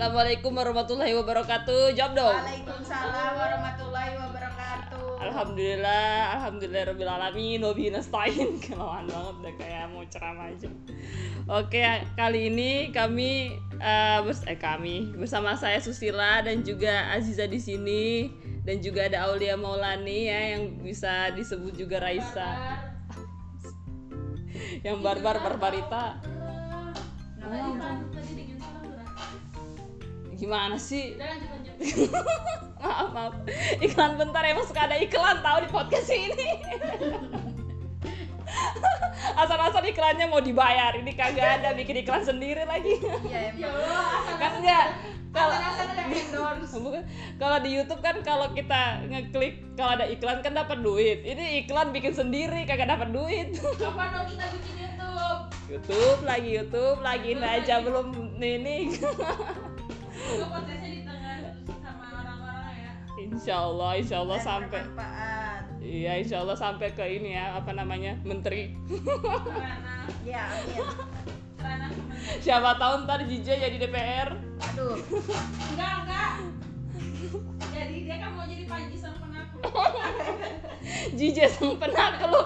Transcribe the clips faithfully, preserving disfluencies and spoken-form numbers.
Assalamualaikum warahmatullahi wabarakatuh. Jawab dong. Waalaikumsalam warahmatullahi wabarakatuh. Alhamdulillah, alhamdulillah rabbil alamin wa bihi nasta'in. Kelamaan banget udah kayak mau ceramah aja. Oke, kali ini kami uh, bers- eh kami bersama saya Susila dan juga Aziza di sini dan juga ada Aulia Maulani ya yang bisa disebut juga Raisa. Yang barbar barbarita. Gimana sih? maaf maaf iklan bentar, emang suka ada iklan tahu di podcast ini. Asal-asal iklannya mau dibayar, ini kagak ada, bikin iklan sendiri lagi. Iya Ya Allah, Kan enggak kalau bukan kalau di YouTube kan kalau kita ngeklik kalau ada iklan kan dapat duit. Ini iklan bikin sendiri kagak dapat duit. kapan dong kita bikin YouTube? YouTube lagi YouTube lagi ini aja belum ini. Semoga podcastnya di tengah sama orang-orang ya. Insya Allah, Insya Allah sampai. Bermanfaat. Iya, Insya Allah sampai ke ini ya, apa namanya, menteri. Karena Ya, amin. karena Siapa tahu ntar Jija jadi D P R. Aduh. enggak enggak. Jadi dia kan mau jadi Panji sang penakluk. Jija sang penakluk.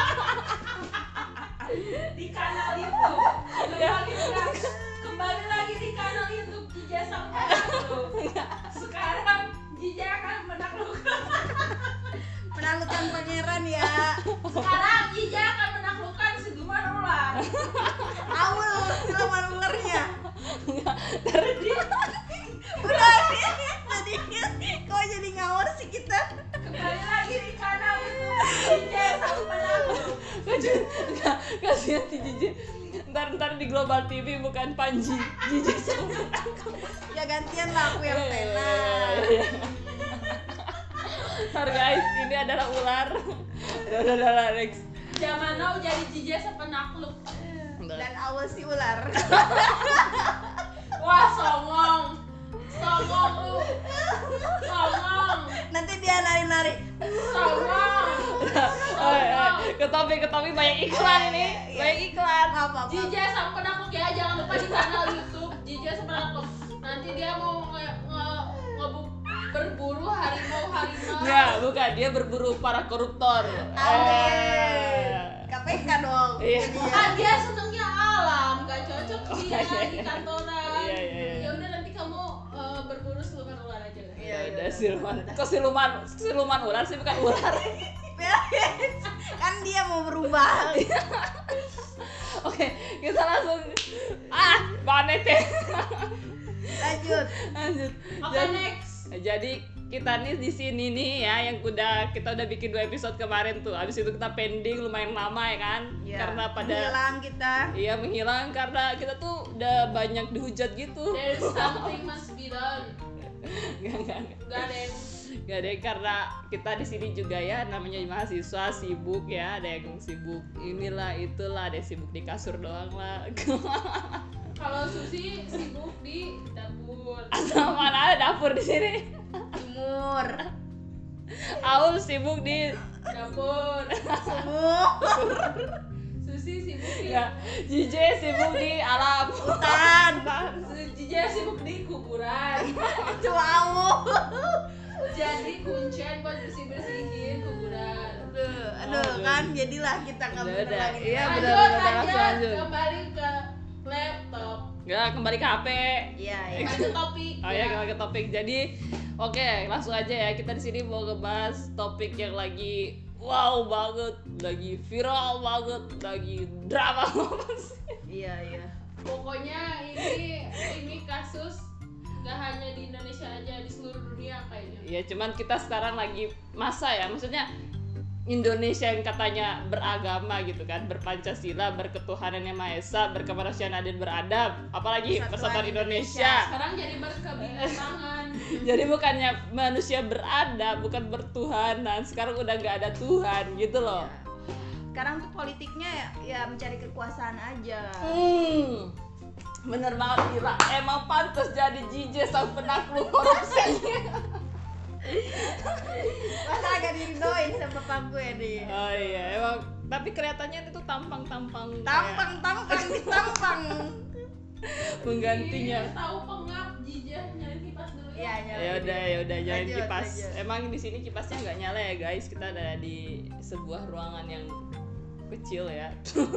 Di kanal YouTube. Kembali lagi, kembali lagi di kanal YouTube Jija sang penakluk. Sekarang Jija akan menaklukkan. Menaklukkan pangeran ya. Sekarang Jija akan menaklukkan siluman ular. Aul, siluman ularnya. Tadi Udah nih. Jadi kok jadi ngawur sih kita? Kembali lagi di kanal YouTube Jija sang penakluk. kasihan si Jija. Ntar ntar di Global T V bukan Panji, Jija sang penakluk. Ya gantian lah aku yang tenar. Ntar guys, ini adalah ular. Udah udah udah next. Zaman now jadi Jija sang penakluk. Dan Aul si ular. Wah, songong. Songong lu. Songong. Nanti dia nari-nari. Songong. Oh, eh, ke topik ke topik banyak iklan ini, Iya. banyak iklan. Apa-apa. Jija sang penakluk ya, jangan lupa di kanal YouTube Jija sang penakluk. Nanti dia mau nge, nge, ngebuk berburu harimau-harimau. Enggak, bukan, dia berburu para koruptor. Amin. K P K dong. Iya. Kan dia senengnya alam, gak cocok dia iya, di iya. kantoran. Iya, iya, iya. Ya udah nanti kamu eh, berburu siluman ular aja. Iya, Ya iya, udah iya. siluman. Kok siluman siluman ular sih bukan ular. Kan dia mau berubah. Oke, kita langsung ah, banet ya. Lanjut. Lanjut. Oke, Jadi, next. jadi kita nih di sini nih ya yang udah kita udah bikin dua episode kemarin tuh. Habis itu kita pending lumayan lama ya kan? Ya. Karena pada hilang kita. iya menghilang karena kita tuh udah banyak dihujat gitu. There's something must be done. Enggak enggak enggak. Gak ada yang Gak ada, karena kita di sini juga ya namanya mahasiswa sibuk ya, ada yang sibuk inilah itulah, ada yang sibuk di kasur doang lah. kalau Susi sibuk di dapur. Asal mana ada dapur di sini. Timur. Aul sibuk di Dapur. Sumur. Susi sibuk di ya, Jije sibuk di alam Hutan. Jija sibuk di kuburan. Itu Aul. Jadi kuncen buat bersih-bersihin kuburan. Aduh, aduh kan jadilah kita nggak Udah, bener udah. lagi. Iya, lanjut, benar, benar, lanjut, langsung lanjut. kembali ke laptop. Nggak, kembali ke H P. Iya, iya. Lanjut topik. Oh ya, kembali ke topik. Jadi, oke, langsung aja ya. Kita di sini mau ngebahas topik yang lagi wow banget, lagi viral banget, lagi drama banget sih. Iya, iya. Pokoknya ini ini kasus gak hanya di Indonesia aja, di seluruh dunia kayaknya. Ya, cuman kita sekarang lagi masa ya, maksudnya Indonesia yang katanya beragama gitu kan, berpancasila, berketuhanan yang maha esa, berkemanusiaan adil beradab, apalagi Persatuan Persatuan Indonesia. Indonesia. Sekarang jadi berkebintangan. Jadi bukannya manusia beradab, bukan bertuhanan, sekarang udah nggak ada Tuhan gitu loh. Sekarang tuh politiknya ya, ya mencari kekuasaan aja. Hmm, bener banget gila. Emang pantas jadi Jije sang penakluk korupsi. Masa agak diridoin sama bapak gue nih. Oh iya, emang. Tapi kelihatannya itu tampang-tampang. kayak- Tampang, tampang, ditampang. Menggantinya. Ih, tahu pengap Jija nyalain kipas dulu Iya, ya. nyalain. Ya udah ya udah nyalain Lanjut, kipas. lanjut. Emang di sini kipasnya nggak nyala ya guys. Kita ada di sebuah ruangan yang kecil ya.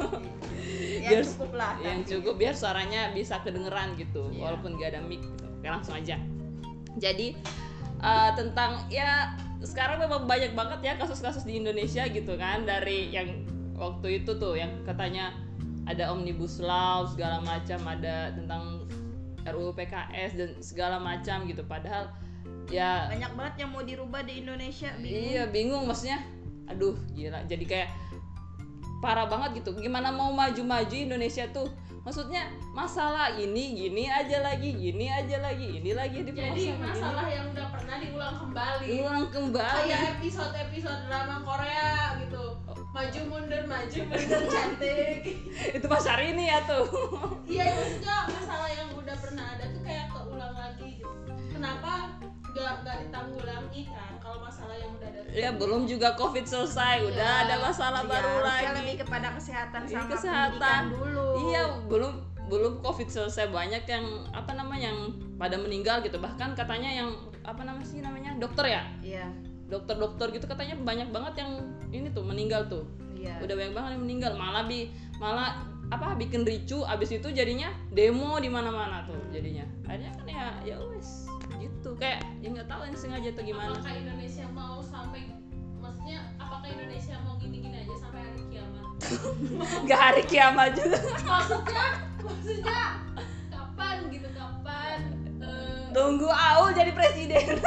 Yang Biar- cukup lah. yang tapi. cukup biar suaranya bisa kedengeran gitu Iya. walaupun gak ada mic gitu. Oke, langsung aja. Jadi eh, tentang ya sekarang memang banyak banget ya kasus-kasus di Indonesia gitu kan, dari yang waktu itu tuh yang katanya ada omnibus law segala macam, ada tentang R U U P K S dan segala macam gitu, padahal ya Banyak banget yang mau dirubah di Indonesia. Bingung. iya bingung maksudnya, aduh gila, jadi kayak parah banget gitu. Gimana mau maju-maju Indonesia tuh, maksudnya masalah ini gini aja lagi, gini aja lagi, ini lagi di Jadi masalah yang udah pernah diulang kembali. ulang kembali. Kayak episode-episode drama Korea gitu. Maju mundur, maju mundur cantik. Itu pas hari ini ya tuh. Iya, maksudnya masalah yang udah pernah ada tuh kayak keulang lagi gitu. Kenapa gak, gak ditanggulangi kan kalau masalah yang udah ada? Ya belum juga Covid selesai, udah Iya. ada masalah Iya, baru harusnya lagi. lebih kepada kesehatan Iya, sama kesehatan. pendidikan dulu. Iya, belum belum Covid selesai, banyak yang apa namanya yang pada meninggal gitu. Bahkan katanya yang apa namanya sih namanya dokter ya, Iya. dokter-dokter gitu katanya banyak banget yang ini tuh meninggal tuh. Iya. Udah banyak banget yang meninggal, malah bi malah apa bikin ricu, abis itu jadinya demo di mana-mana tuh jadinya. Akhirnya kan ya ya wes gitu, kayak ya nggak tahu yang sengaja tuh gimana. Apakah Indonesia mau sampai, maksudnya apakah Indonesia mau gini-gini aja sampai hari kiamat? Nggak hari kiamat juga. Maksudnya, maksudnya kapan gitu, kapan? Eh, Tunggu Aul jadi presiden.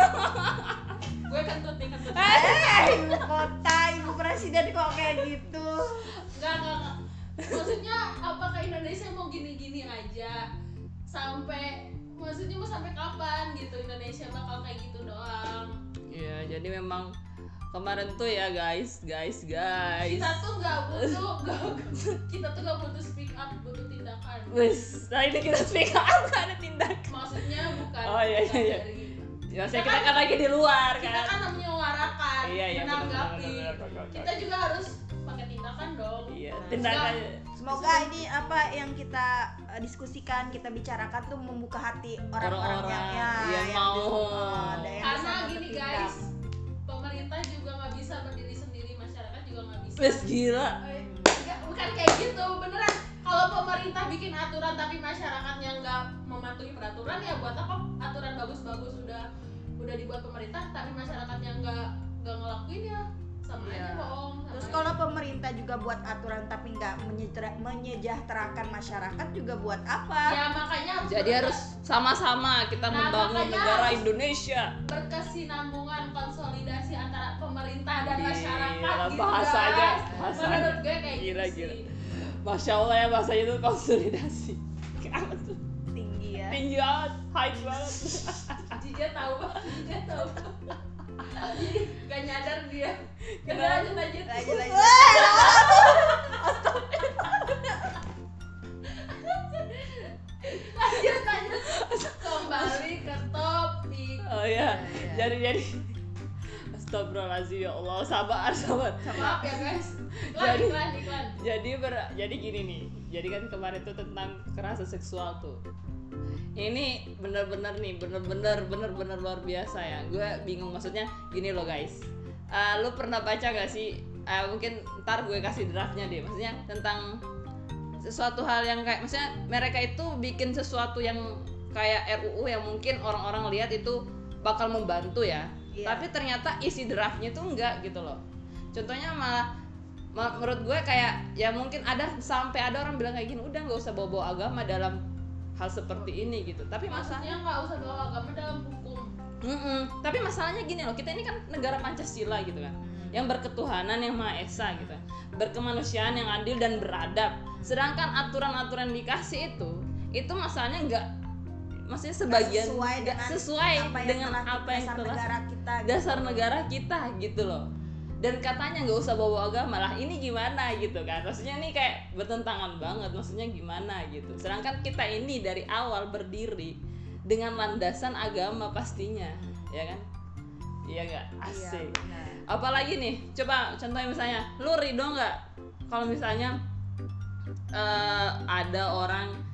gue kentut nih, kentut. Eh, ibu kota, ibu presiden kok kayak gitu. Enggak, enggak, enggak. Maksudnya apakah Indonesia mau gini-gini aja sampai, maksudnya mau sampai kapan gitu Indonesia bakal kayak gitu doang? Iya, jadi memang kemarin tuh ya guys, guys, guys. Kita tuh nggak butuh, nggak, kita tuh nggak butuh speak up, butuh tindakan. Wes, nah ini kita speak up, nggak ada tindakan. Maksudnya bukan, Oh, iya, bukan iya, iya. dari Ya, saya kita kan lagi di luar kita kan. kan menyuarakan, Iya, iya, benar, menanggapi. benar, benar, benar. Kita juga harus pakai tindakan dong. Iya, Nah, tindakan. Semoga ini apa yang kita eh, diskusikan, kita bicarakan tuh membuka hati orang-orang Orang-orang yang, ya, yang mau. eh, ada yang Karena bisa gini bertindak. guys, pemerintah juga nggak bisa berdiri sendiri, masyarakat juga nggak bisa. Wes gila. Eh, enggak, bukan kayak gitu, beneran. Kalau pemerintah bikin aturan tapi masyarakatnya nggak mematuhi peraturan, ya buat apa aturan bagus-bagus udah udah dibuat pemerintah tapi masyarakatnya nggak nggak ngelakuin, ya sama Iya. aja bohong. sama Terus aja. kalau pemerintah juga buat aturan tapi nggak menyejahtera- menyejahterakan masyarakat juga buat apa? ya makanya harus Jadi berke- harus sama-sama kita Nah, membangun makanya negara harus- Indonesia. berkesinambungan, konsolidasi antara pemerintah dan Gila, masyarakat gitu bahasanya, guys. bahasanya. Menurut gue kayak Gila, gitu gila. sih. Masya Allah ya, bahasanya itu konsolidasi. Kayak tuh Tinggi ya. tinggi banget, high banget. Jija tahu banget, Jija tahu. Jadi gak nyadar dia. Udah Kenapa? lanjut lanjut. Lanjut, lanjut. lanjut lanjut. Kembali ke topik. Oh ya, Iya, iya. jadi jadi Astagfirullahaladzim, ya Allah, sabar sabar. Maaf ya guys. Iklan Jadi- iklan iklan. Jadi ber, jadi gini nih, jadi kan kemarin tuh tentang kekerasan seksual tuh. Ini bener-bener nih, bener-bener bener-bener luar biasa ya. Gue bingung, maksudnya gini loh guys. Eh, lu pernah baca gak sih? Eh, mungkin ntar gue kasih draftnya deh. Maksudnya tentang sesuatu hal yang kayak, maksudnya mereka itu bikin sesuatu yang kayak R U U yang mungkin orang-orang lihat itu bakal membantu ya. Iya. Tapi ternyata isi draftnya tuh enggak gitu loh. Contohnya malah ma- menurut gue kayak ya mungkin ada sampai ada orang bilang kayak gini, udah nggak usah bawa-bawa agama dalam hal seperti ini gitu. Tapi masalahnya Maksudnya nggak usah bawa agama dalam hukum. Mm-mm. Tapi masalahnya gini loh, kita ini kan negara Pancasila gitu kan, yang berketuhanan yang Maha Esa gitu, berkemanusiaan yang adil dan beradab. Sedangkan aturan-aturan yang dikasih itu, itu masalahnya nggak, maksudnya sebagian sesuai nggak dengan sesuai apa yang dengan telah apa yang dasar telah negara kita gitu. dasar negara kita gitu loh. Dan katanya nggak usah bawa agama, lah ini gimana gitu kan? Maksudnya ini kayak bertentangan banget, maksudnya gimana gitu. Sedangkan kita ini dari awal berdiri dengan landasan agama pastinya, ya kan? Iya nggak? Asik. Iya, benar. Apalagi nih, coba contohnya misalnya, lu ridho nggak kalau misalnya eh, ada orang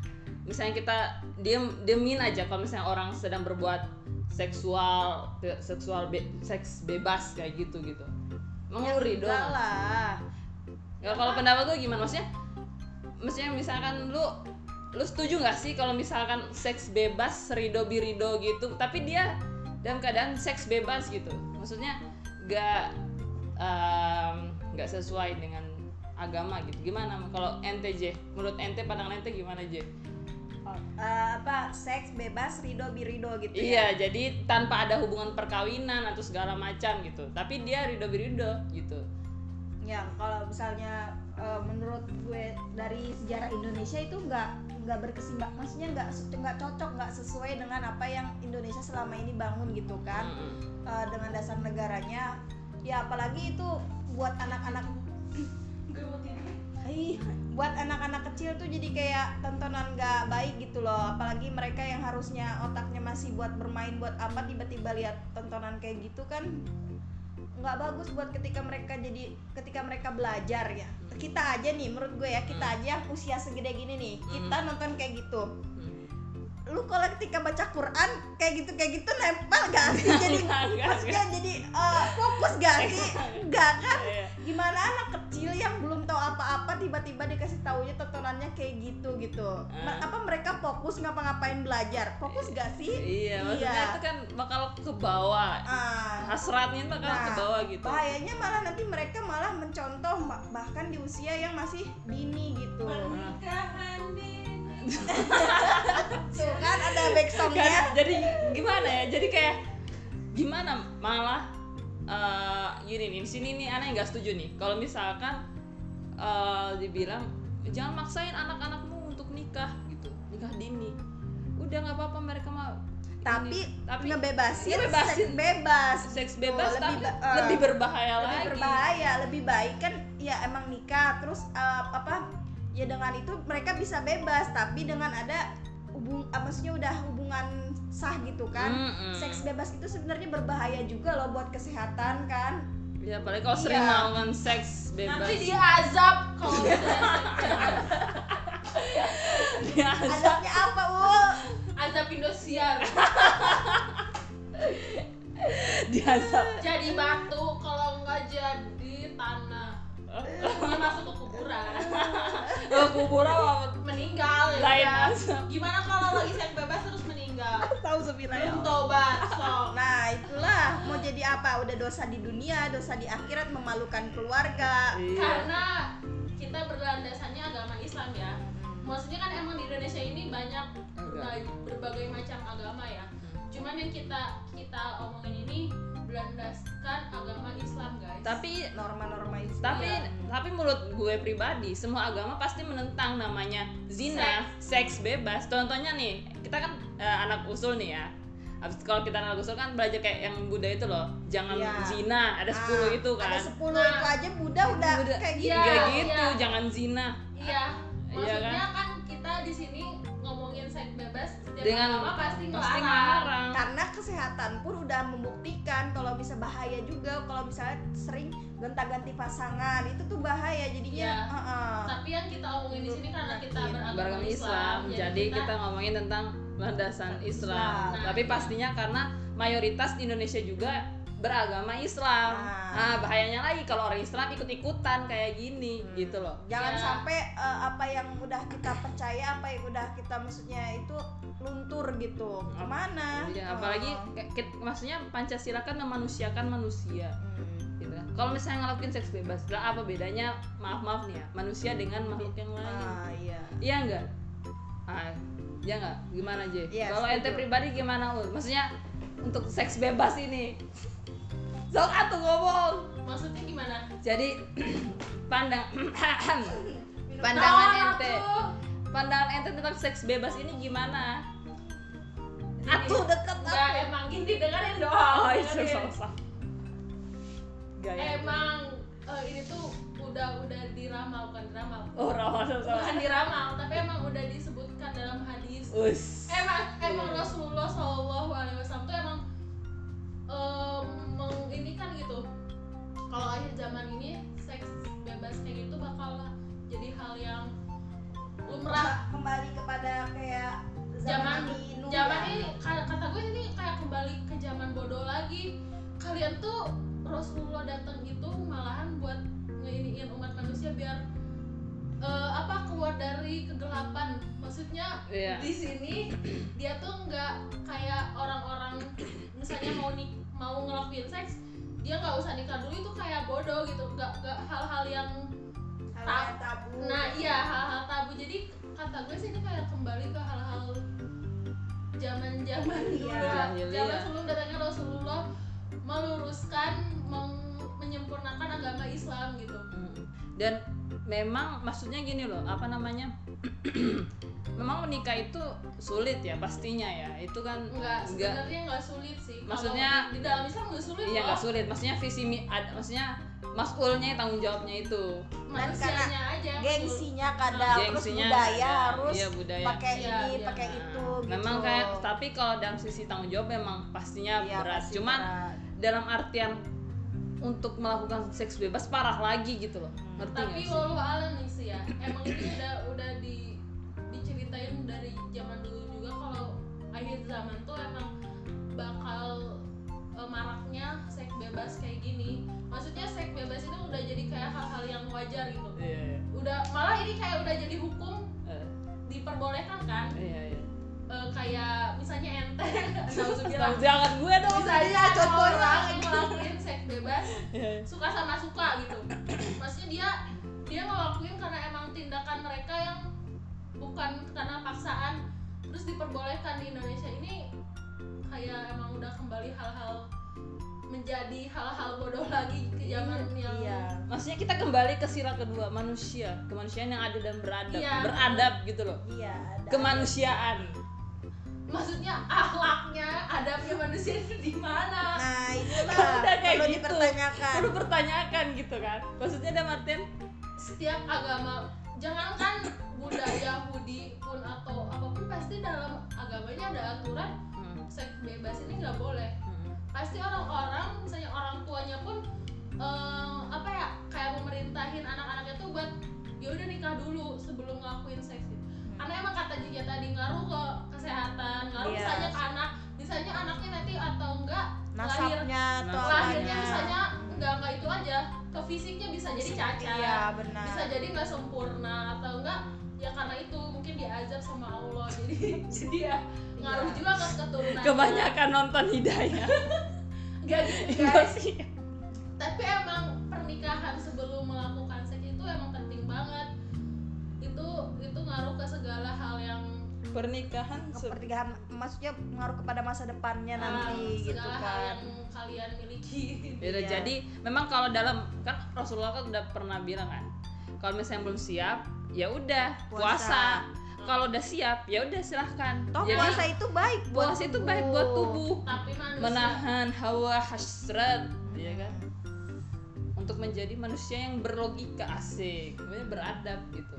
misalnya kita diem diemin aja kalau misalnya orang sedang berbuat seksual seksual be, seks bebas kayak gitu gitu. Emang lu ridho? Enggak lah. Ya kalau pendapat lu gimana, maksudnya? Maksudnya misalkan lu lu setuju nggak sih kalau misalkan seks bebas ridho birido gitu, tapi dia dalam keadaan seks bebas gitu, maksudnya nggak nggak um, sesuai dengan agama gitu, gimana kalau ente J? Menurut ente, pandangan ente gimana J? Uh, apa seks bebas ridho birido gitu iya, ya? jadi tanpa ada hubungan perkawinan atau segala macam gitu, tapi dia ridho birido gitu. Ya kalau misalnya uh, menurut gue dari sejarah Indonesia itu nggak nggak berkesimbang, maksudnya nggak nggak cocok, nggak sesuai dengan apa yang Indonesia selama ini bangun gitu kan. Mm-hmm. uh, dengan dasar negaranya ya, apalagi itu buat anak-anak Hai, buat anak-anak kecil tuh jadi kayak tontonan nggak baik gitu loh, apalagi mereka yang harusnya otaknya masih buat bermain buat apa, tiba-tiba lihat tontonan kayak gitu kan nggak bagus buat ketika mereka jadi ketika mereka belajar ya. Kita aja nih, menurut gue ya, kita aja usia segede gini nih, kita nonton kayak gitu. Lu kalau ketika baca Quran kayak gitu kayak gitu nempel gak sih? Jadi fokus gak? Jadi uh, fokus gak sih? Gak kan? Gimana anak kecil yang belum tahu apa-apa tiba-tiba dikasih taunya tontonannya kayak gitu gitu. Apa mereka fokus ngapa-ngapain belajar? Fokus gak sih? Iya, maksudnya iya. Itu kan bakal ke bawah. Uh, Hasratnya bakal nah, ke bawah gitu. Bahayanya malah nanti mereka malah mencontoh bahkan di usia yang masih dini gitu. Pernikahan dini. Tuh kan ada back songnya kan, jadi gimana ya, jadi kayak gimana malah uh, gini nih, di sini nih aneh nggak setuju nih kalau misalkan uh, dibilang jangan maksain anak-anakmu untuk nikah gitu, nikah dini, udah nggak apa-apa mereka mah tapi, ini, tapi ngebebasin, ngebebasin seks bebas seks bebas oh, tapi lebih, uh, lebih berbahaya lebih lagi berbahaya, lebih baik kan ya emang nikah terus uh, apa ya, dengan itu mereka bisa bebas tapi dengan ada hubung, uh, maksudnya udah hubungan sah gitu kan. Mm-hmm. Seks bebas itu sebenarnya berbahaya juga loh buat kesehatan kan. Ya apalagi kalau sering iya. melakukan seks bebas. Nanti dia azab kalau dia azab. Azabnya apa Ul? Azab Indosiar. Dia azab. Jadi batu, kalau nggak jadi tanah. Dia masuk ke kuburan. Oh, kuburan apa? Meninggal lain ya. azab. Gimana kalau lagi seks bebas terus meninggal? Tahu sebenarnya. Belum tobat, so. Nah itulah mau jadi apa? Udah dosa di dunia, dosa di akhirat, memalukan keluarga. Iya. Karena kita berlandasannya agama Islam ya. Maksudnya kan emang di Indonesia ini banyak berbagai macam agama ya. Cuman yang kita kita omongin ini berlandaskan agama Islam guys. Tapi norma-norma Islam. Tapi ya. Tapi menurut gue pribadi semua agama pasti menentang namanya zina, seks, seks bebas. Contohnya nih, kita kan uh, anak usul nih ya. Abis kalau kita anak usul kan belajar kayak yang Buddha itu loh, jangan ya. Zina, ada sepuluh ah, itu kan. Ada sepuluh nah, itu aja Buddha udah Buddha, kayak gitu. Ya, kayak gitu, ya. Jangan zina. Iya. Maksudnya ya kan? kan kita di sini ngomongin seks bebas setiap dengan agama pasti ngelarang. Karena kesehatan pun udah membuktikan kalau bisa bahaya juga kalau misalnya sering gonta-ganti pasangan itu tuh bahaya jadinya. Ya. Uh-uh. Tapi yang kita omongin di sini karena kita beragama beragama Islam, Islam jadi, jadi kita, kita ngomongin tentang landasan Islam. Nah, tapi pastinya karena mayoritas di Indonesia juga beragama Islam. Nah, nah bahayanya lagi kalau orang Islam ikut-ikutan kayak gini hmm. gitu loh. Jangan ya. sampai uh, apa yang udah kita percaya, apa yang udah kita maksudnya itu luntur gitu. Kemana? Ya, apalagi oh. ke, maksudnya Pancasila kan memanusiakan manusia. Hmm. Gitu kan. Kalau misalnya ngelakuin seks bebas, lah apa bedanya? Maaf-maaf nih ya, manusia dengan makhluk yang lain. Ah, iya. Iya enggak? Ah, iya enggak? Gimana aja? Yes, kalau ente pribadi gimana Ul? Maksudnya untuk seks bebas ini sok atuh ngomong. Maksudnya gimana? Jadi pandang pandangan ente pandangan ente tentang seks bebas ini gimana? Atuh deket enggak, emang gini dengerin doang. Oh itu salah. Emang uh, ini tuh udah udah diramal, bukan diramal. Oh ramal salah. Bukan diramal, tapi emang udah disebutkan dalam hadis. Us. Emang emang Rasulullah Shallallahu Alaihi Wasallam tuh emang um, meng, ini kan gitu. Kalau akhir zaman ini seks bebas kayak gitu bakal jadi hal yang lumrah. Kembali kepada kayak Iya. di sini dia tuh nggak kayak orang-orang misalnya mau nik mau ngelakuin seks dia nggak usah nikah dulu itu kayak bodoh gitu, nggak nggak hal-hal yang hal yang tabu. nah iya hal-hal tabu. Jadi kata gue sih ini kayak kembali ke hal-hal zaman-zaman dulu Iya, lah, jahiliyah. zaman sebelum datangnya Rasulullah meluruskan meng- menyempurnakan agama Islam gitu. Dan memang maksudnya gini loh, apa namanya? Memang menikah itu sulit ya pastinya ya. Itu kan Enggak, enggak sebenarnya enggak sulit sih. Maksudnya- Kalau di, di dalam Islam enggak sulit iya loh. nggak sulit. Maksudnya visi mi- ad- maksudnya mas'ulnya tanggung jawabnya itu. Manusianya aja. Gengsinya kadang, terus Gengsinya budaya ada. harus Iya, budaya. pakai Iya, ini, iya. pakai Nah, itu gitu. memang kayak tapi kalau dalam sisi tanggung jawab memang pastinya Iya, berat. pasti Cuman berat. dalam artian untuk melakukan seks bebas parah lagi gitu loh. Ngerti Tapi nggak sih? walau alam nih sih ya, emang ini udah udah di diceritain dari zaman dulu juga kalau akhir zaman tuh emang bakal eh, maraknya seks bebas kayak gini. Maksudnya seks bebas itu udah jadi kayak hal-hal yang wajar gitu. Iya, iya. Udah malah ini kayak udah jadi hukum Eh, diperbolehkan kan. iya, iya. Eh, kayak misalnya ente nauzubillah. Tahu jangan gue dong. Misalnya Iya, contohnya. orang yang ngelakuin seks bebas Iya. suka sama suka gitu. Maksudnya dia dia ngelakuin karena emang tindakan mereka yang bukan karena paksaan, terus diperbolehkan di Indonesia ini kayak emang udah kembali hal-hal menjadi hal-hal bodoh lagi ke zaman yang Iya. Maksudnya kita kembali ke sila kedua, manusia, kemanusiaan yang adil dan beradab, Iya. beradab gitu loh, Iya, ada. kemanusiaan. maksudnya akhlaknya, adabnya manusia itu di mana? Nah, itulah Udah kayak perlu gitu. dipertanyakan. Perlu pertanyakan gitu kan. Maksudnya ada Martin, Setiap agama, jangankan budaya Yahudi pun atau apapun pasti dalam agamanya ada aturan hmm. seks bebas ini nggak boleh. hmm. Pasti orang-orang misalnya orang tuanya pun eh, apa ya kayak memerintahin anak-anaknya tuh buat ya udah nikah dulu sebelum ngelakuin seks gitu. Karena emang kata Jija tadi ngaruh ke kesehatan, ngaruh Iya. misalnya ke anak, misalnya anaknya nanti atau enggak lahir Nasabnya atau Nasabnya. lahirnya apanya. misalnya enggak enggak itu aja, ke fisiknya bisa jadi cacat, Iya, benar. bisa jadi nggak sempurna atau enggak ya karena itu mungkin diazab sama Allah jadi jadi ya ngaruh Iya. juga ke keturunan. Kebanyakan nonton Hidayah. Enggak gitu Iya guys. sih. Tapi emang pernikahan sebelum melakukan seks itu emang penting banget. Itu itu ngaruh ke segala hal yang Pernikahan se- Pernikahan maksudnya mengaruh kepada masa depannya ah, nanti gitu segala hal kan. yang kalian miliki. Yaudah, Iya. jadi memang kalau dalam kan Rasulullah kan udah pernah bilang kan, kalau misalnya belum siap, ya udah puasa. Puasa. Kalau udah siap, ya udah silahkan. Toh Jadi puasa itu baik buat puasa itu baik buat tubuh, Tapi manusia menahan hawa hasrat, ya kan? Untuk menjadi manusia yang berlogika, asik, kemudian beradab gitu.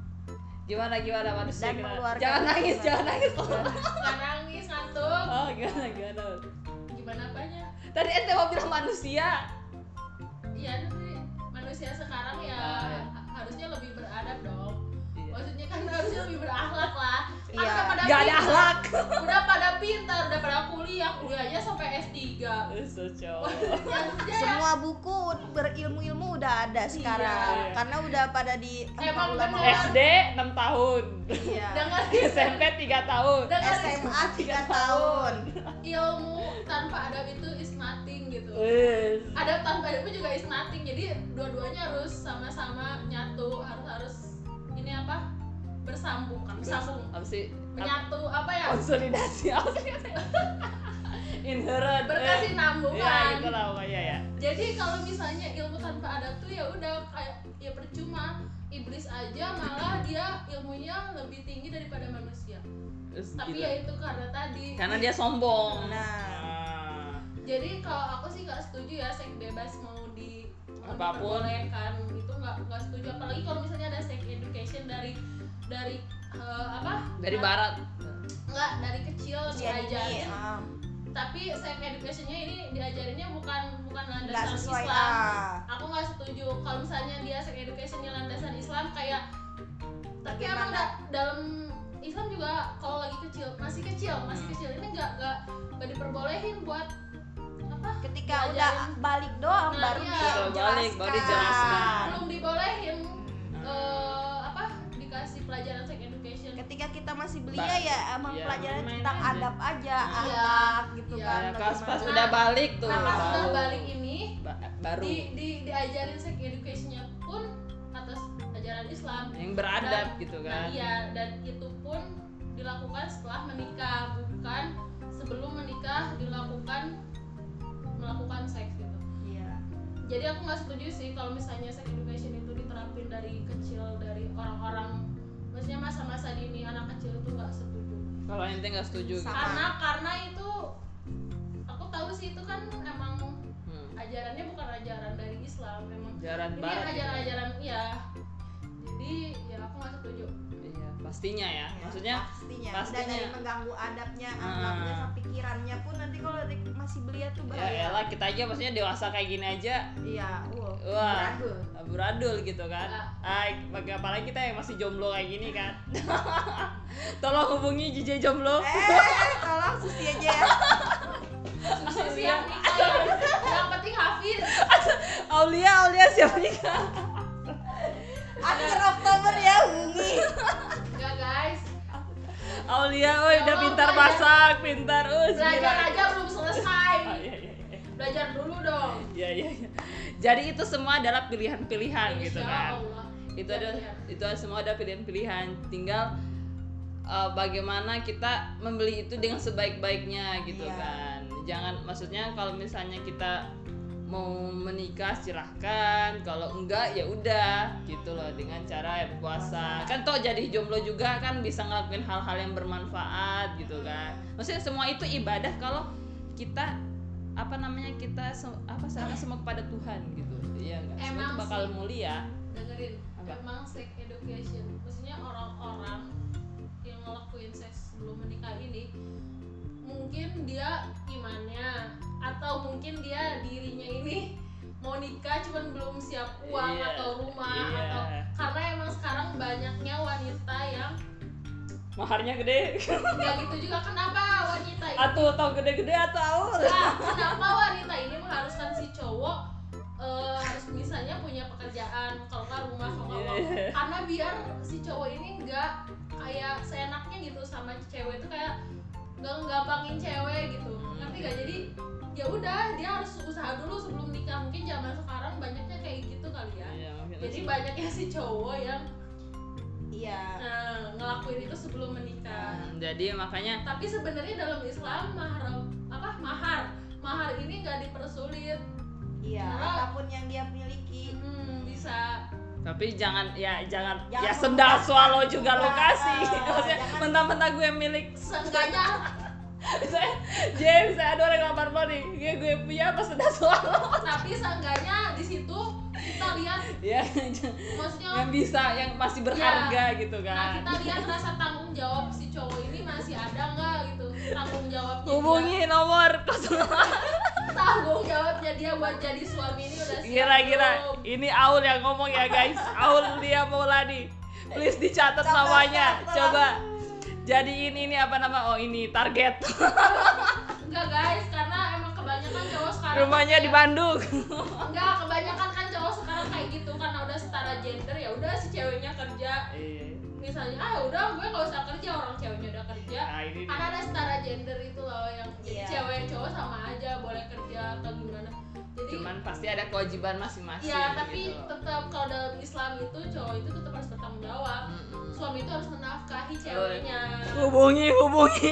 Gimana gimana manusia? Dan kita- mengeluarkan Jangan nangis, hikmah. jangan nangis. nggak nangis ngantuk. Oh, gimana gimana? Gimana apanya? Tadi ente mau bilang manusia. Iya tapi manusia sekarang ya Ah, iya. ha- harusnya lebih beradab dong. Iya. Maksudnya kan harusnya lebih berakhlak lah. Kan Iya. udah pada Gak ada pintar, akhlak. udah pada pintar, udah pada kuliah, kuliahnya sampai S tiga. So cowok. Ya, ya, semua buku berilmu-ilmu udah ada sekarang Iya. karena udah pada di Emang ulama bener. S D enam tahun. Iya. Dengar S M P tiga tahun. dengar S M A tiga tahun. ilmu tanpa adab itu is nothing gitu. Wes. Adab tanpa adab itu juga is nothing. Jadi dua-duanya harus sama-sama nyatu, harus harus ini apa? Bersambung kan, bersambung. Apa sih? Menyatu apa ya? Konsolidasi apa sih? Inherent. Berkesinambungan. Ya, gitu lah pokoknya ya. Jadi kalau misalnya ilmu tanpa adab tuh ya udah kayak ya percuma. Iblis aja malah dia ilmunya lebih tinggi daripada manusia. Terus Tapi gitu. ya itu karena tadi. Karena dia sombong. Nah, Ah. Jadi kalau aku sih nggak setuju ya seks bebas mau di mau Apapun. diperbolehkan itu nggak nggak setuju. Apalagi kalau misalnya ada sex education dari dari eh, apa? Dari barat. Nggak dari kecil usia dini, diajarin. ah, Tapi sex educationnya ini diajarinnya bukan bukan nggak landasan sesuai. Islam. Ah, Aku nggak setuju kalau misalnya dia sex educationnya landasan Islam kayak tapi Bagaimana? emang da- dalam Islam juga kalau lagi kecil masih kecil masih Hmm. kecil ini nggak nggak nggak diperbolehin buat apa ketika Diajarin. udah balik doang Nah, baru iya. dijelaskan. Balik, baru dijelaskan. belum dibolehin Hmm. eh, apa dikasih pelajaran sex education ketika kita masih belia Ba- ya emang iya, pelajaran main-main tentang aja. adab aja, Iya. akhlak gitu Iya, kan. Ya, pas bagaimana. pas Nah, udah balik tuh Nah, pas baru udah balik ini ba- baru di, di diajarin sex education-nya pun atas ajaran Islam. yang beradab Dan- gitu Nah, kan. iya, dan itu pun dilakukan setelah menikah, bukan sebelum menikah dilakukan melakukan seks gitu. Iya. Jadi aku nggak setuju sih kalau misalnya sex education itu diterapin dari kecil, dari orang-orang, maksudnya masa-masa dini anak kecil itu nggak setuju. Kalau ente nggak setuju gitu. Sama. Karena karena itu aku tahu sih itu kan emang Hmm. ajarannya bukan ajaran dari Islam, memang Ajaran ini barat gitu. ajaran-ajaran ya. Jadi ya aku nggak setuju. Iya, pastinya ya. Maksudnya pastinya, pastinya. udah dari mengganggu adabnya, Ah. akhlaknya, sama pikirannya pun nanti kalau di- masih belia tuh ya bahaya. elah kita aja maksudnya dewasa kayak gini aja Iya, wow. wah Beradul. beradul gitu kan. Ah. Ah, bagi apalagi kita yang masih jomblo kayak gini kan. Tolong hubungi J J jomblo. Eh, tolong Susi aja ya. Susi siap nikah, yang penting Hafiz. Aulia, Aulia siap nikah. Akhir Oktober ya hubungi. Enggak guys, Aulia, oi Ya udah Allah, pintar belajar. masak, pintar us. belajar aja belum selesai. Ah, iya, iya, iya. Belajar dulu dong. Iya, iya, iya. Jadi itu semua adalah pilihan-pilihan gitu Insya kan. Allah. Itu Ya, ada ya. itu semua ada pilihan-pilihan. Tinggal uh, bagaimana kita membeli itu dengan sebaik-baiknya gitu Iya. kan. Jangan maksudnya kalau misalnya kita mau menikah silahkan, kalau enggak ya udah gitu loh, dengan cara ya puasa. Kan toh jadi jomblo juga kan bisa ngelakuin hal-hal yang bermanfaat gitu kan. Maksudnya semua itu ibadah kalau kita apa namanya kita se- apa serahkan semua kepada Tuhan gitu. Iya enggak? Semua Emang itu bakal sih. mulia. Dengerin, Apa? emang sex education, maksudnya orang-orang yang ngelakuin seks sebelum menikah ini mungkin dia imannya atau mungkin dia dirinya ini mau nikah cuman belum siap uang Iya, atau rumah iya. atau karena emang sekarang banyaknya wanita yang Maharnya gede. nggak gitu juga. Kenapa wanita ini Atuh tau gede-gede atau aul. Nah, kenapa wanita ini mengharuskan si cowok eh, harus misalnya punya pekerjaan, kalau nggak rumah, kalau nggak uang? Yeah. Karena biar si cowok ini nggak kayak seenaknya gitu sama cewek itu, kayak nggak gampangin cewek gitu, ngerti gak? Jadi ya udah dia harus usaha dulu sebelum nikah. Mungkin zaman sekarang banyaknya kayak gitu kali ya. Iya, mungkin Jadi masih- banyaknya si cowok yang Iya. nah, ngelakuin itu sebelum menikah. Hmm, jadi makanya Tapi sebenarnya dalam Islam mahar apa mahar mahar ini nggak dipersulit. Iya, Karena- apapun yang dia miliki. Hmm, bisa. tapi jangan ya jangan, Jangan ya sendal memaksa. swallow juga Iya, lokasi. ah, Maksudnya jangan- mentah-mentah gue milik Seenggaknya saya James, saya ada orang lamar lo nih, gue gue punya apa sendal swallow. tapi seenggaknya di situ kita lihat Ya maksudnya yang bisa, yang masih berharga gitu nah kan. kita lihat rasa tanggung jawab si cowok ini masih ada nggak gitu, tanggung jawabnya Hubungi nomor dia, tanggung jawabnya dia buat jadi suami ini udah siap Kira-kira belum? ini Aul yang ngomong ya guys. Aul dia Mauladi. Please dicatat Catat, namanya. catat. Coba jadiin ini apa nama? Oh ini target. enggak guys, karena emang kebanyakan cowok sekarang Rumahnya di Bandung. enggak, kebanyakan kan cowok sekarang kayak gitu karena udah setara gender, ya udah si ceweknya kerja misalnya, ah udah gue gak usah kerja, orang ceweknya udah kerja. Nah, ini Kan ada setara gender itu loh yang Iya. cewek cowok sama aja boleh kerja atau gimana. Jadi cuman pasti ada kewajiban masing-masing. ya tapi gitu. tetap kalau dalam Islam itu cowok itu tetap harus bertanggung jawab. Mm-mm. Suami itu harus menafkahi ceweknya. Hubungi, hubungi.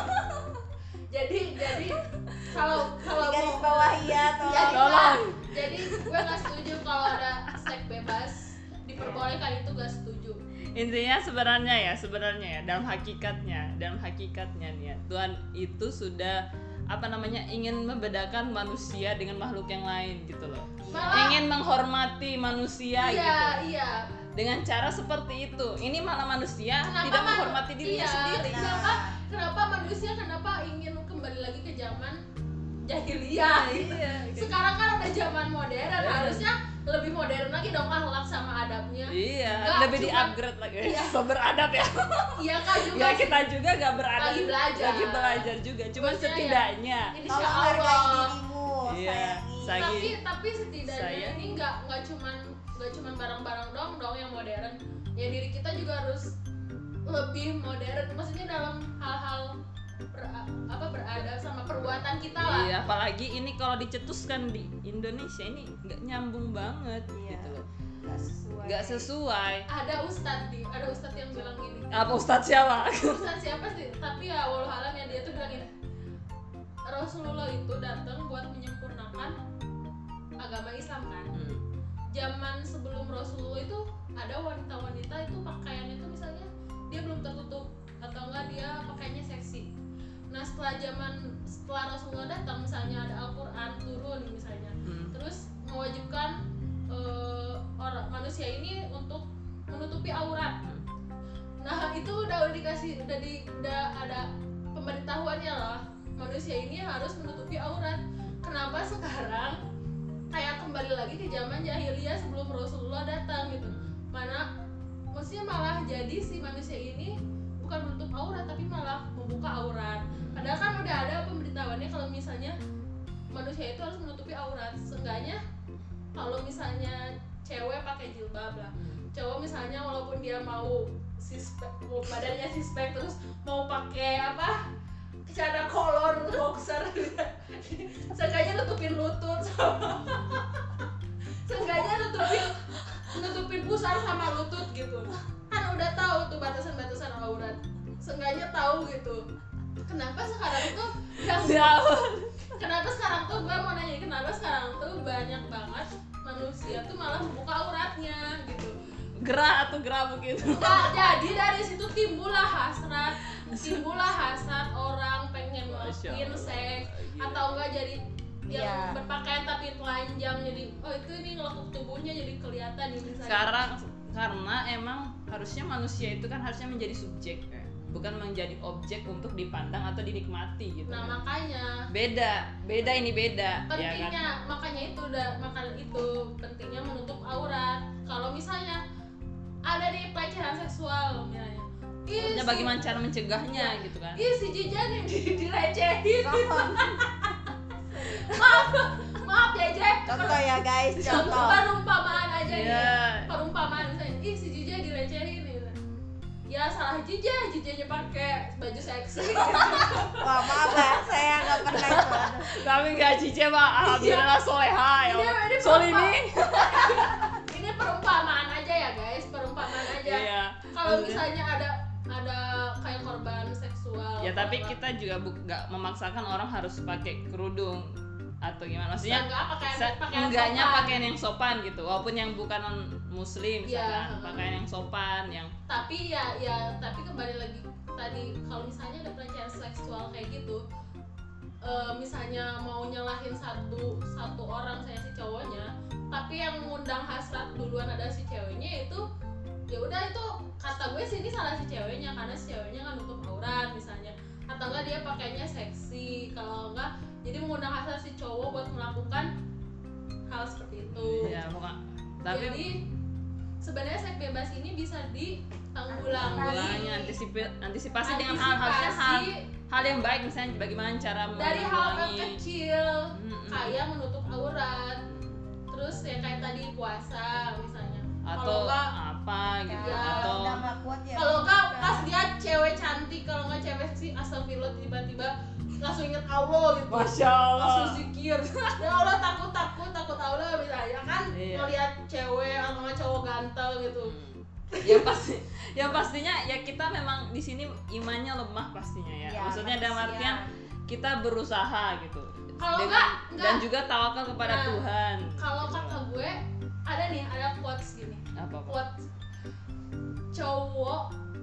Jadi jadi kalau kalau Garis mau bawah ya, ya, tolong. Tolong. jadi gue nggak setuju kalau ada seks bebas diperbolehkan, itu gak setuju. Intinya sebenarnya ya, sebenarnya ya dalam hakikatnya, dalam hakikatnya nih ya, Tuhan itu sudah apa namanya ingin membedakan manusia dengan makhluk yang lain gitu loh. Malah- Ingin menghormati manusia Iya gitu. iya. Dengan cara seperti itu. Ini malah manusia Kenapa tidak manu- menghormati dirinya iya, sendiri. Kenapa kenapa manusia kenapa ingin kembali lagi ke zaman jahiliyah? gitu. Iya, gitu. Sekarang kan udah zaman modern, Iya. harusnya lebih modern lagi dong akhlak sama adabnya. Iya, Nggak, lebih cuma- di-upgrade lagi. Iya. So beradab ya. Iya kak juga. Ya sih. kita juga gak beradab. Lagi belajar. Lagi belajar juga. Cuma Maksudnya ya, setidaknya Insya Tolong hargai Allah. dirimu, Iya, sayangi. say- Tapi Lagi- tapi setidaknya saya- ini nggak nggak cuman nggak cuman barang-barang dong dong yang modern. Ya diri kita juga harus lebih modern, maksudnya dalam hal-hal ber, apa beradab sama perbuatan kita lah. Iya, apalagi ini kalau dicetuskan di Indonesia ini nggak nyambung banget Iya. gitu loh. Nggak sesuai. Nggak sesuai. Ada ustadz di, ada ustadz yang bilang gini. Apa Ustadz siapa? Ustadz siapa sih? Tapi ya walau alam ya dia tuh bilang gini. Rasulullah itu datang buat menyempurnakan agama Islam kan. Hmm. Zaman sebelum Rasulullah itu ada wanita-wanita itu pakaiannya itu misalnya dia belum tertutup atau enggak dia pakaiannya seksi. Nah setelah zaman setelah Rasulullah datang misalnya ada Al-Quran turun misalnya, Hmm. terus mewajibkan uh, orang manusia ini untuk menutupi aurat. Nah itu udah, udah dikasih udah di udah ada pemberitahuannya lah, manusia ini harus menutupi aurat. Kenapa sekarang kayak kembali lagi ke zaman jahiliyah sebelum Rasulullah datang gitu, mana maksudnya malah jadi si manusia ini bukan menutup aurat tapi malah membuka aurat. Padahal kan udah ada pemberitahuannya kalau misalnya manusia itu harus menutupi aurat. Seenggaknya kalau misalnya cewek pakai jilbab lah, cowok misalnya walaupun dia mau sispek, mau badannya sispek terus mau pakai apa celana kolor boxer, seenggaknya nutupin lutut sama seenggaknya nutupin nutupin pusar sama lutut gitu, kan udah tahu tuh batasan-batasan aurat, seenggaknya tahu gitu. Kenapa sekarang tuh yang kenapa sekarang tuh gue mau nanya kenapa sekarang tuh banyak banget manusia tuh malah membuka auratnya gitu. Gerah atau gerah begitu. Nah, jadi dari situ timbullah hasrat, timbullah hasrat orang pengen ngelakuin seks atau enggak jadi yang Iya. berpakaian tapi telanjang, jadi oh itu ini ngelekuk tubuhnya jadi kelihatan nih misalnya. Sekarang karena emang harusnya manusia itu kan harusnya menjadi subjek, bukan menjadi objek untuk dipandang atau dinikmati gitu. Nah kan. makanya Beda, beda ini beda. pentingnya, Ya kan? makanya itu udah makanya itu pentingnya menutup aurat. Kalau misalnya ada nih pelecehan seksual misalnya, ih, Ya, si- bagaimana cara mencegahnya gitu kan? ih si Jijan yang di, dilecehin. Contoh, maaf maaf ya Jack, contoh ya guys, contoh. perumpamaan aja nih, Iya. perumpamaan misalnya ih si Jija dilecehin gitu. Ya salah Jija, Jijanya pakai baju seksi. Wah maaf ya, saya nggak pernah itu. Kami nggak cice pak, alhamdulillah soleha ya. Ini- ini Solimi. Ini perumpamaan aja ya guys, perumpamaan aja. Iya. Kalau Maksudnya- misalnya ada ada kayak korban seksual. Ya tapi korban- kita juga bu- nggak memaksakan orang harus pakai kerudung atau gimana, Ya, maksudnya enggak pakaian se- pakaian enggaknya sopan. pakaian yang sopan gitu, walaupun yang bukan non muslim Iya, misalkan heeh. pakaian yang sopan yang Tapi ya ya tapi kembali lagi tadi kalau misalnya ada pelecehan seksual kayak gitu, eh, misalnya mau nyalahin satu satu orang saya si cowoknya, tapi yang ngundang hasrat duluan ada si ceweknya, itu ya udah itu kata gue sih ini salah si ceweknya karena si ceweknya nggak nutup aurat misalnya, atau enggak dia pakainya seksi, kalau enggak jadi mengundang hasrat si cowok buat melakukan hal seperti itu. ya bukan, tapi Jadi sebenarnya seks bebas ini bisa ditanggulangi. mulanya antisipi, antisipasi dengan Antisipasi hal-hal hal, hal yang baik, misalnya bagaimana cara dari hal mengurangi- kecil Mm-mm. kayak menutup aurat, terus ya kayak tadi puasa misalnya, atau kalau enggak apa gitu Ya, atau udah nggak kuat ya. kalau enggak bisa. pas dia cewek cantik, kalau enggak cewek sih astagfirullah tiba-tiba langsung inget Allah gitu, Masya Allah. langsung zikir ya Allah takut takut takut Allah misalnya kan, Iya. ngeliat cewek atau enggak cowok ganteng gitu. ya pasti ya pastinya ya kita memang di sini imannya lemah pastinya ya, Ya, maksudnya dalam manusia. artian kita berusaha gitu. Kalau Dengan- enggak, enggak. dan juga tawakal kepada Nah, Tuhan. Kalau kata gue ada nih, ada quotes gini, Apa apa? quotes cowok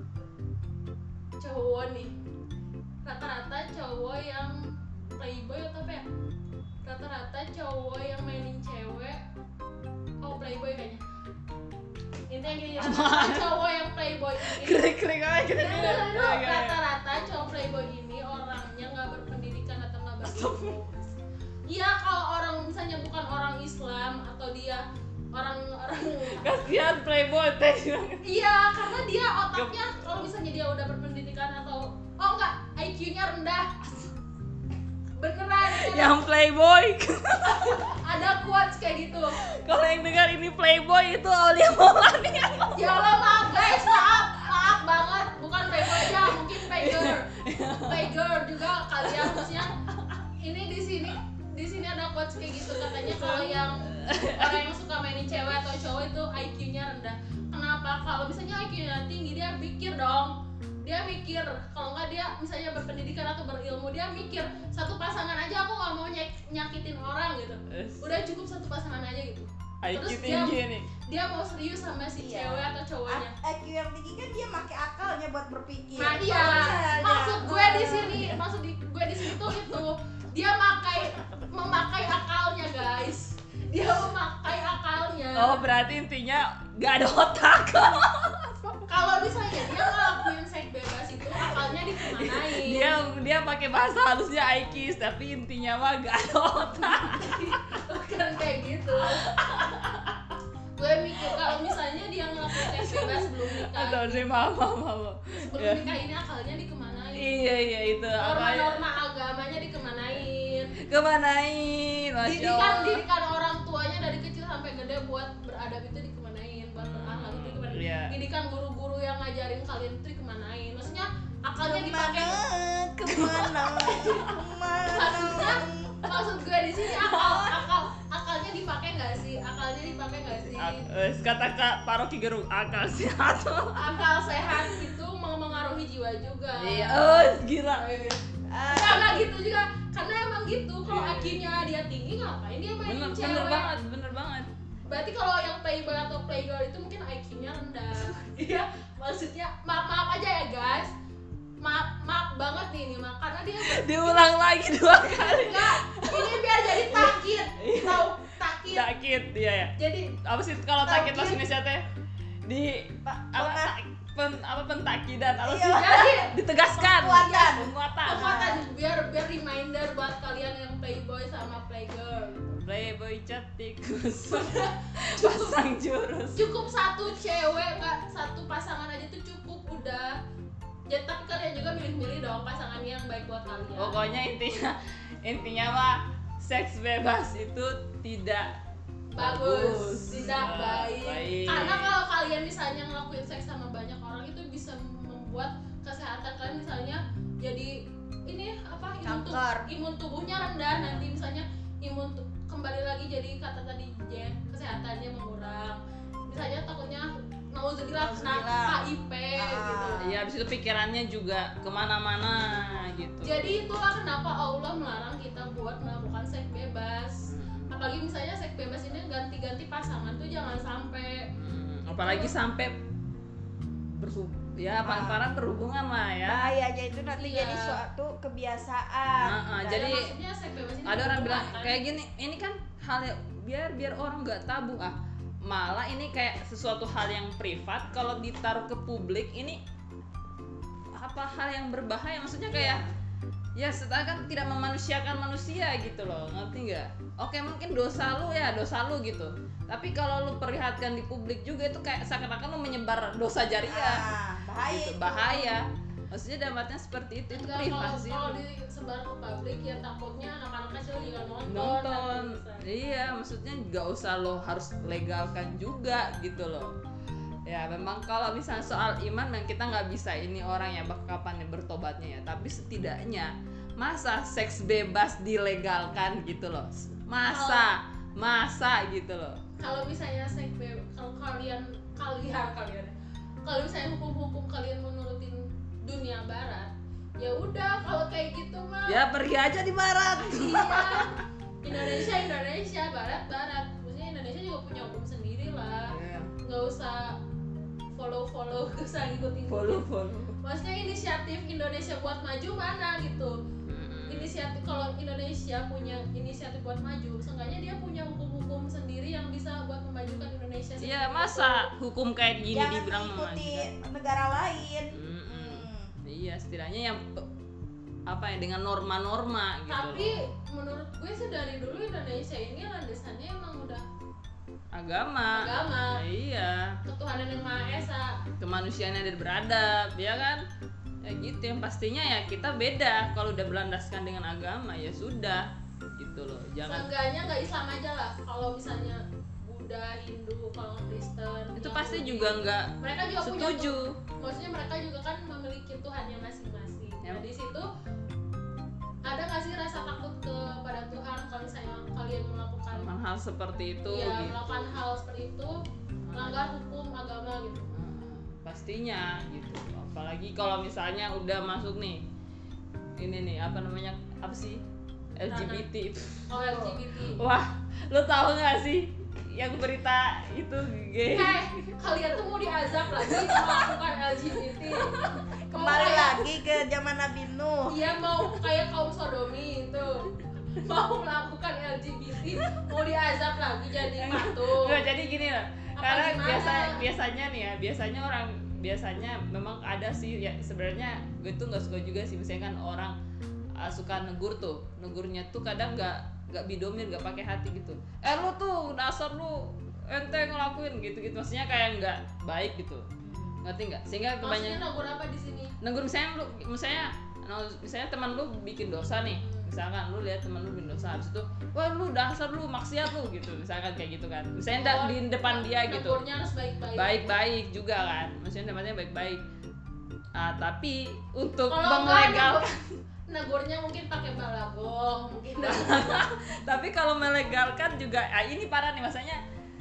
cowok nih rata-rata cowok yang playboy atau apa ya, rata-rata cowok yang mainin cewek, oh playboy kayaknya intinya gini, rata-rata cowok yang playboy ini Krik-krik aja kita Nah, tidak. nah, nah, rata-rata cowok playboy ini orangnya nggak berpendidikan atau nggak berilmu. Iya, kalau orang misalnya bukan orang Islam atau dia orang-orang Kasihan playboy teh. iya, karena dia otaknya kalau misalnya dia udah berpendidikan atau oh enggak, I Q-nya rendah. Beneran itu Yang playboy. ada quotes kayak gitu. Kalau yang dengar ini playboy itu Aulia Maulani. Ya Allah, maaf guys, maaf, maaf banget, bukan playboy aja, mungkin playgirl, playgirl juga kalian maksudnya. Ini di sini, di sini ada quotes kayak gitu katanya kalau yang orang yang suka mainin cewek atau cowok itu I Q-nya rendah. Kenapa? Kalau misalnya I Q-nya tinggi dia pikir dong. Dia mikir, kalau nggak dia misalnya berpendidikan atau berilmu, dia mikir satu pasangan aja aku nggak mau nyak- nyakitin orang gitu. Udah cukup satu pasangan aja gitu. I Q Terus tinggi dia, nih. dia mau serius sama si Iya. cewek atau cowoknya. I Q yang tinggi kan dia pakai akalnya buat berpikir. Nah iya, Makanya, maksud gue di eh, sini, maksud di, gue di sini tuh itu dia memakai memakai akalnya guys. Dia memakai akalnya. Oh, berarti intinya nggak ada otak. Kalau misalnya dia ngelakuin seks bebas itu akalnya dikemanain? dia dia pakai bahasa halusnya I Q, tapi intinya mah nggak ada otak. Bukan kayak gitu. Gue mikir kalau misalnya dia ngelakuin seks bebas sebelum nikah, Atau sih maaf maaf maaf. sebelum Ya. nikah ini akalnya dikemanain? Iya iya itu apa ya? Norma-norma agamanya dikemanain? Kemanain, masya Didikan Allah. didikan orang tuanya dari kecil sampai gede buat beradab itu dikemanain, buat berakhlak itu dikemanain. Iya. Didikan guru-guru yang ngajarin kalian itu dikemanain? Maksudnya akalnya dipakai. Kemana? Kemana? Maksudnya maksud gue di sini akal akal akalnya dipakai nggak sih? Akalnya dipakai nggak sih? Ak- eh, kata Kak Paroki Gerung akal sehat. Akal sehat itu mau mengaruhi jiwa juga. Iya, oh gila. Ah, Karena gitu juga, karena emang gitu. Kalau Iya. I Q-nya dia tinggi ngapain dia mainin Bener cewek? bener banget, bener banget. Berarti kalau yang playboy atau playgirl itu mungkin I Q-nya rendah. Iya, maksudnya maaf maaf aja ya guys. Maaf maaf banget nih ini mah karena dia Diulang lagi dua kali. enggak. Ini biar jadi takit. Tahu takit. Sakit dia ya. Jadi Apa sih kalau sakit Sakit. bahasa Indonesia teh? Di Pak, apa pernah. tak- pen, apa pentakidan apa Iya. sih? jadi Ditegaskan. Penguatan. Penguatan. kekuatan biar biar reminder buat kalian yang playboy sama playgirl. Playboy cat tikus. Pasang jurus. Cukup satu cewek nggak satu pasangan aja tuh cukup udah. Ya, tapi kalian juga milih-milih dong pasangan yang baik buat kalian. Pokoknya intinya intinya mah seks bebas itu tidak bagus, bagus. tidak Nah, baik. baik. Karena kalau kalian misalnya ngelakuin seks sama banyak orang itu bisa membuat kesehatan kalian misalnya jadi ini apa imun, tu- Kanker. imun tubuhnya rendah, nanti misalnya imun tu- kembali lagi jadi kata tadi Jen, kesehatannya mengurang. Misalnya takutnya nauzubillah kena Nauzubillah. H I V Ah. gitu. ya habis itu pikirannya juga kemana-mana gitu. Jadi itulah kenapa Allah melarang kita buat melakukan seks bebas. Hmm. Apalagi misalnya seks bebas ini ganti-ganti pasangan tuh jangan sampai. Hmm, apalagi sampai berhub ya paling Ah. parah berhubungan lah ya. bahayanya itu nanti Iya. jadi suatu kebiasaan. Nah, ah, Dan jadi maksudnya seks bebas ini ada orang bilang berhubungan, kan? kayak gini, ini kan hal yang biar biar orang nggak tabu ah, malah ini kayak sesuatu hal yang privat kalau ditaruh ke publik ini apa hal yang berbahaya, maksudnya kayak ya setelah kan tidak memanusiakan manusia gitu loh, ngerti nggak? Oke mungkin dosa lu ya dosa lu gitu, tapi kalau lu perlihatkan di publik juga itu kayak seakan-akan lu menyebar dosa jariah Ah, bahaya gitu, itu. bahaya. Maksudnya dalam artinya seperti itu, itu Enggak, kalau privasi kalau lu. disebar ke publik ya takutnya anak-anak kecil juga nonton. Nonton, nanti bisa. iya maksudnya nggak usah lo harus legalkan juga gitu loh. Ya memang kalau misalnya soal iman memang kita nggak bisa ini orang ya bak- kapan ya bertobatnya ya, tapi setidaknya masa seks bebas dilegalkan gitu loh, masa masa gitu loh. Kalau misalnya seks bebas, kalau kalian kalian kalian kalau misalnya hukum-hukum kalian menurutin dunia barat, ya udah kalau kayak gitu mah. Ya pergi aja di barat. Iya. Indonesia Indonesia barat barat. Maksudnya Indonesia juga punya hukum sendiri lah. Nggak usah follow follow, nggak usah ngikutin. Follow follow. Maksudnya inisiatif Indonesia buat maju mana gitu. Inisiatif kalau Indonesia punya inisiatif buat maju, seenggaknya dia punya hukum-hukum sendiri yang bisa buat memajukan Indonesia. Iya sendiri. masa hukum kayak gini Jangan dibilang mengikuti memajukan. negara lain. Mm-mm. Hmm. Iya setidaknya yang pe- apa ya dengan norma-norma gitu. Tapi menurut gue sih dari dulu Indonesia ini landasannya emang udah agama. agama, Iya, ketuhanan yang maha esa. kemanusiaan yang beradab, ya kan? Ya gitu yang pastinya ya kita beda kalau udah berlandaskan dengan agama ya sudah gitu loh. Jangan Seenggaknya nggak Islam aja lah. Kalau misalnya Buddha, Hindu, kalau Kristen Itu Yahudi. pasti juga nggak Mereka juga punya setuju. tuh, maksudnya mereka juga kan memiliki Tuhannya masing-masing. Ya. Nah di situ ada nggak sih rasa takut kepada Tuhan kalau misalnya kalian melakukan Memang hal seperti itu ya, gitu. melakukan hal seperti itu, melanggar hukum agama gitu. Hmm, pastinya gitu. Apalagi kalau misalnya udah masuk nih ini nih apa namanya apa sih L G B T. Oh L G B T. Wah, lo tahu nggak sih yang berita itu gay? Hei, kalian tuh mau diazab lagi melakukan L G B T? Mau Kembali kayak- lagi ke zaman Nabi Nuh. Iya mau kayak kaum sodomi itu, mau melakukan L G B T, mau diazab lagi jadi patung. Nggak, jadi gini lah. Apa Karena gimana? biasa biasanya nih ya, biasanya orang biasanya memang ada sih ya sebenarnya gue tuh nggak suka juga sih misalnya kan orang uh, suka negur tuh, negurnya tuh kadang nggak nggak bidomir, nggak pakai hati gitu. Eh lu tuh dasar lu ente ngelakuin gitu-gitu, maksudnya kayak nggak baik gitu, ngerti nggak? Sehingga Maksudnya kebanyakan negur apa di sini? negur misalnya lu misalnya misalnya teman lu bikin dosa nih, misalkan lu lihat teman lu bikin dosa habis itu wah lu dasar lu maksiat lu gitu, misalkan kayak gitu kan, misalnya da- Oh, di depan dia gitu Negurnya harus baik-baik. baik-baik juga kan, maksudnya tempatnya baik-baik. Ah, tapi untuk Kalau enggak, melegalkan negur- negurnya mungkin pakai balagong, mungkin. tapi kalau melegalkan juga ah, ini parah nih masanya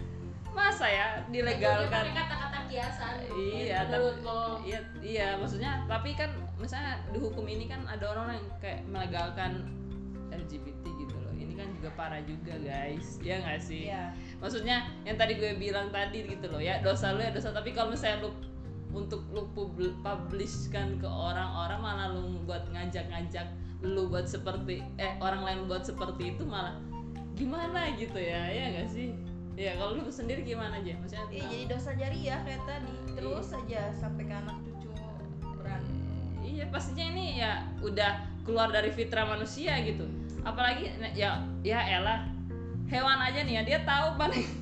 masa ya Negurnya dilegalkan. pakai kata-kata kiasan. Iya, tapi menurut lo. iya, iya maksudnya tapi kan misalnya di hukum ini kan ada orang yang kayak melegalkan L G B T gitu loh. Ini kan juga parah juga guys, ya nggak sih? Iya. Maksudnya yang tadi gue bilang tadi gitu loh ya, dosa lu ya dosa, tapi kalau misalnya lu untuk lu pub- publishkan ke orang-orang malah lu buat ngajak-ngajak lu buat seperti eh orang lain buat seperti itu malah gimana gitu ya, ya nggak sih? Ya kalau lu sendiri gimana aja? Maksudnya Iya, tentang- jadi dosa jariah kayak tadi terus aja sampai ke anak cucu berani. Iya pastinya ini ya udah keluar dari fitrah manusia gitu. Apalagi ya ya elah hewan aja nih ya dia tahu mana yang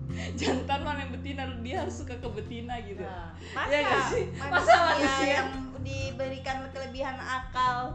jantan mana yang betina, dia harus suka ke betina gitu. Nah, masa, Iya nggak sih? Masa manusia manusia? yang diberikan kelebihan akal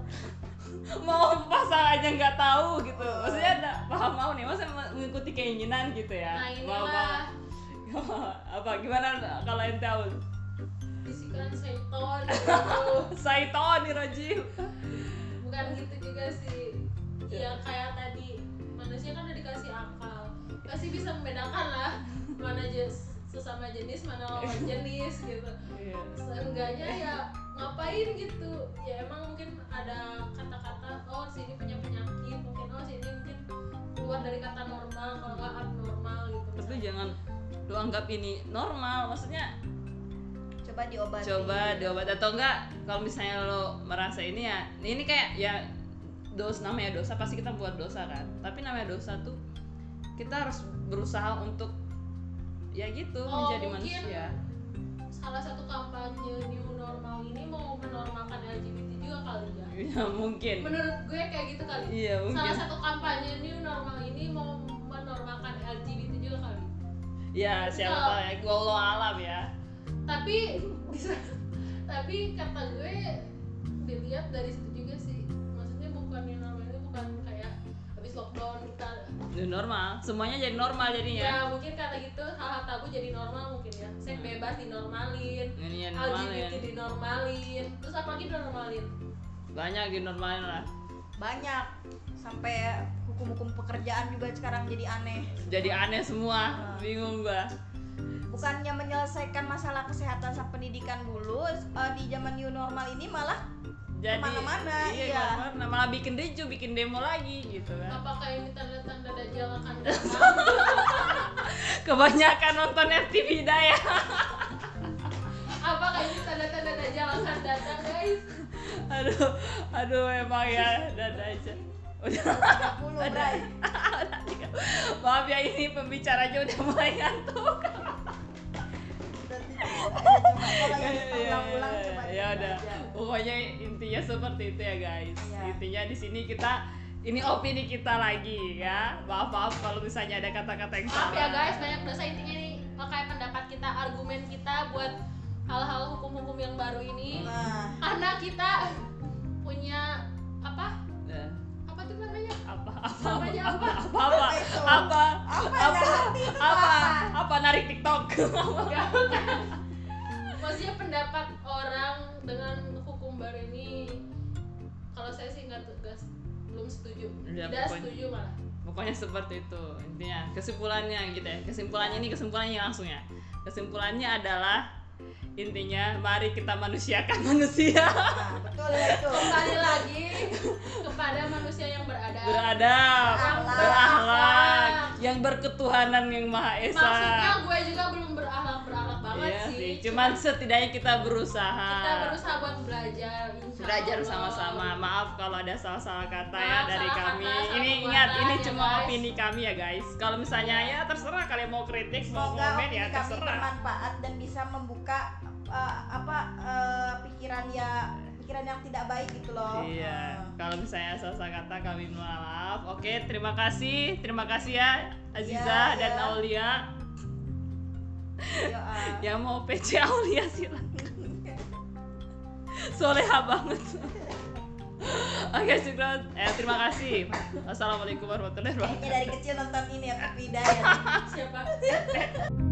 Mau pasang aja nggak tahu gitu. Maksudnya ada paham mau nih, masa mengikuti keinginan gitu ya. Nah Mau inilah mau apa gimana kalau ente tahu? bisikan seton gitu. Saiton nih Rajil. Bukan gitu juga sih. Ya kayak tadi manusia kan udah dikasih akal, pasti bisa membedakan lah mana jenis sesama jenis mana lawan jenis gitu. Iya. Seenggaknya ya ngapain gitu, ya emang mungkin ada kata-kata oh sini punya penyakit, mungkin oh sini mungkin keluar dari kata normal, kalau nggak abnormal gitu. Tapi jangan lu anggap ini normal, maksudnya coba diobati. coba diobat atau enggak kalau misalnya lo merasa ini ya ini kayak ya dos namanya dosa pasti kita buat dosa kan, tapi namanya dosa tuh kita harus berusaha untuk ya gitu Oh, menjadi mungkin manusia. salah satu kampanye new normal ini mau menormalkan L G B T juga kali ya. Ya mungkin Menurut gue kayak gitu kali. iya mungkin Salah satu kampanye new normal ini mau menormalkan L G B T juga kali. ya siapa Kalau- tahu ya wallahu alam ya. Tapi bisa, tapi kata gue dilihat dari situ juga sih. Maksudnya bukan new normal itu bukan kayak habis lockdown kita New normal semuanya jadi normal jadinya. ya mungkin kata gitu hal-hal tabu jadi normal mungkin ya. Seks bebas dinormalin, Ini ya L G normal B ya, T dinormalin, terus apa lagi dinormalin? banyak di normalin lah, Banyak sampai hukum-hukum pekerjaan juga sekarang jadi aneh. jadi aneh semua, Nah. bingung gua. Bukannya menyelesaikan masalah kesehatan sama pendidikan dulu, eh, di zaman new normal ini malah Jadi Kemana-mana, iya, iya. kemana-mana. Malah bikin ricu, bikin demo lagi gitu kan. Apakah ini tanda-tanda dajjal akan datang? Kebanyakan nonton F T V Hidayah. Apakah ini tanda-tanda dajjal akan datang, guys? Aduh, aduh emang ya, dada aja. Udah, tiga puluh, udah. Bray. Udah tiga. Maaf ya ini pembicaranya udah mulai ngantuk. Udah tiga puluh. Ayo, coba kalau yang kita Iya, ulang-ulang iya, coba ya udah. belajar. Pokoknya intinya seperti itu ya guys. Iya. Intinya di sini kita ini opini kita lagi ya. Maaf maaf kalau misalnya ada kata-kata yang Maaf salah. ya guys, banyak dosa intinya nih kayak pendapat kita, argumen kita buat hal-hal hukum-hukum yang baru ini. Nah, Karena kita punya apa? Nah, Apa tuh namanya? apa apa Namanya apa apa? apa apa Apa itu? apa apa apa yang hati itu apa apa? apa narik TikTok? Enggak, bukan. Maksudnya pendapat orang dengan hukum baru ini, kalau saya sih nggak nggak belum setuju, Ya, tidak pokoknya- setuju malah. Pokoknya seperti itu intinya. Kesimpulannya gitu ya. Kesimpulannya ini kesimpulannya langsung ya. Kesimpulannya adalah intinya mari kita manusiakan manusia. Nah, betul ya itu. Kembali lagi kepada manusia yang beradab. Beradab, Berakhlak. berakhlak, yang berketuhanan yang Maha Esa. Maksudnya gue juga belum berakhlak berakhlak banget Iya sih. sih, cuman setidaknya kita berusaha. kita berusaha buat belajar. insya Belajar Allah. sama-sama. Maaf kalau ada salah-salah kata ya Maaf, dari salah kami. kata, salah Ini perbuatan ingat, ini ya, cuma guys. opini kami ya guys. Kalau misalnya ya terserah kalian mau kritik, mau Semoga komen opini ya kami terserah. bermanfaat dan bisa membuka uh, apa uh, pikiran ya pikiran yang tidak baik gitu loh. Iya, Uh, kalau misalnya salah kata kami mohon maaf. Oke, terima kasih, terima kasih ya Aziza Ya, dan ya. Aulia. yo, uh. Yang mau P C Aulia silakan. Soleha banget. Oke, syukran. Eh, terima kasih. Assalamualaikum warahmatullahi wabarakatuh. Kayaknya dari kecil nonton ini ya Pupida ya. Siapa?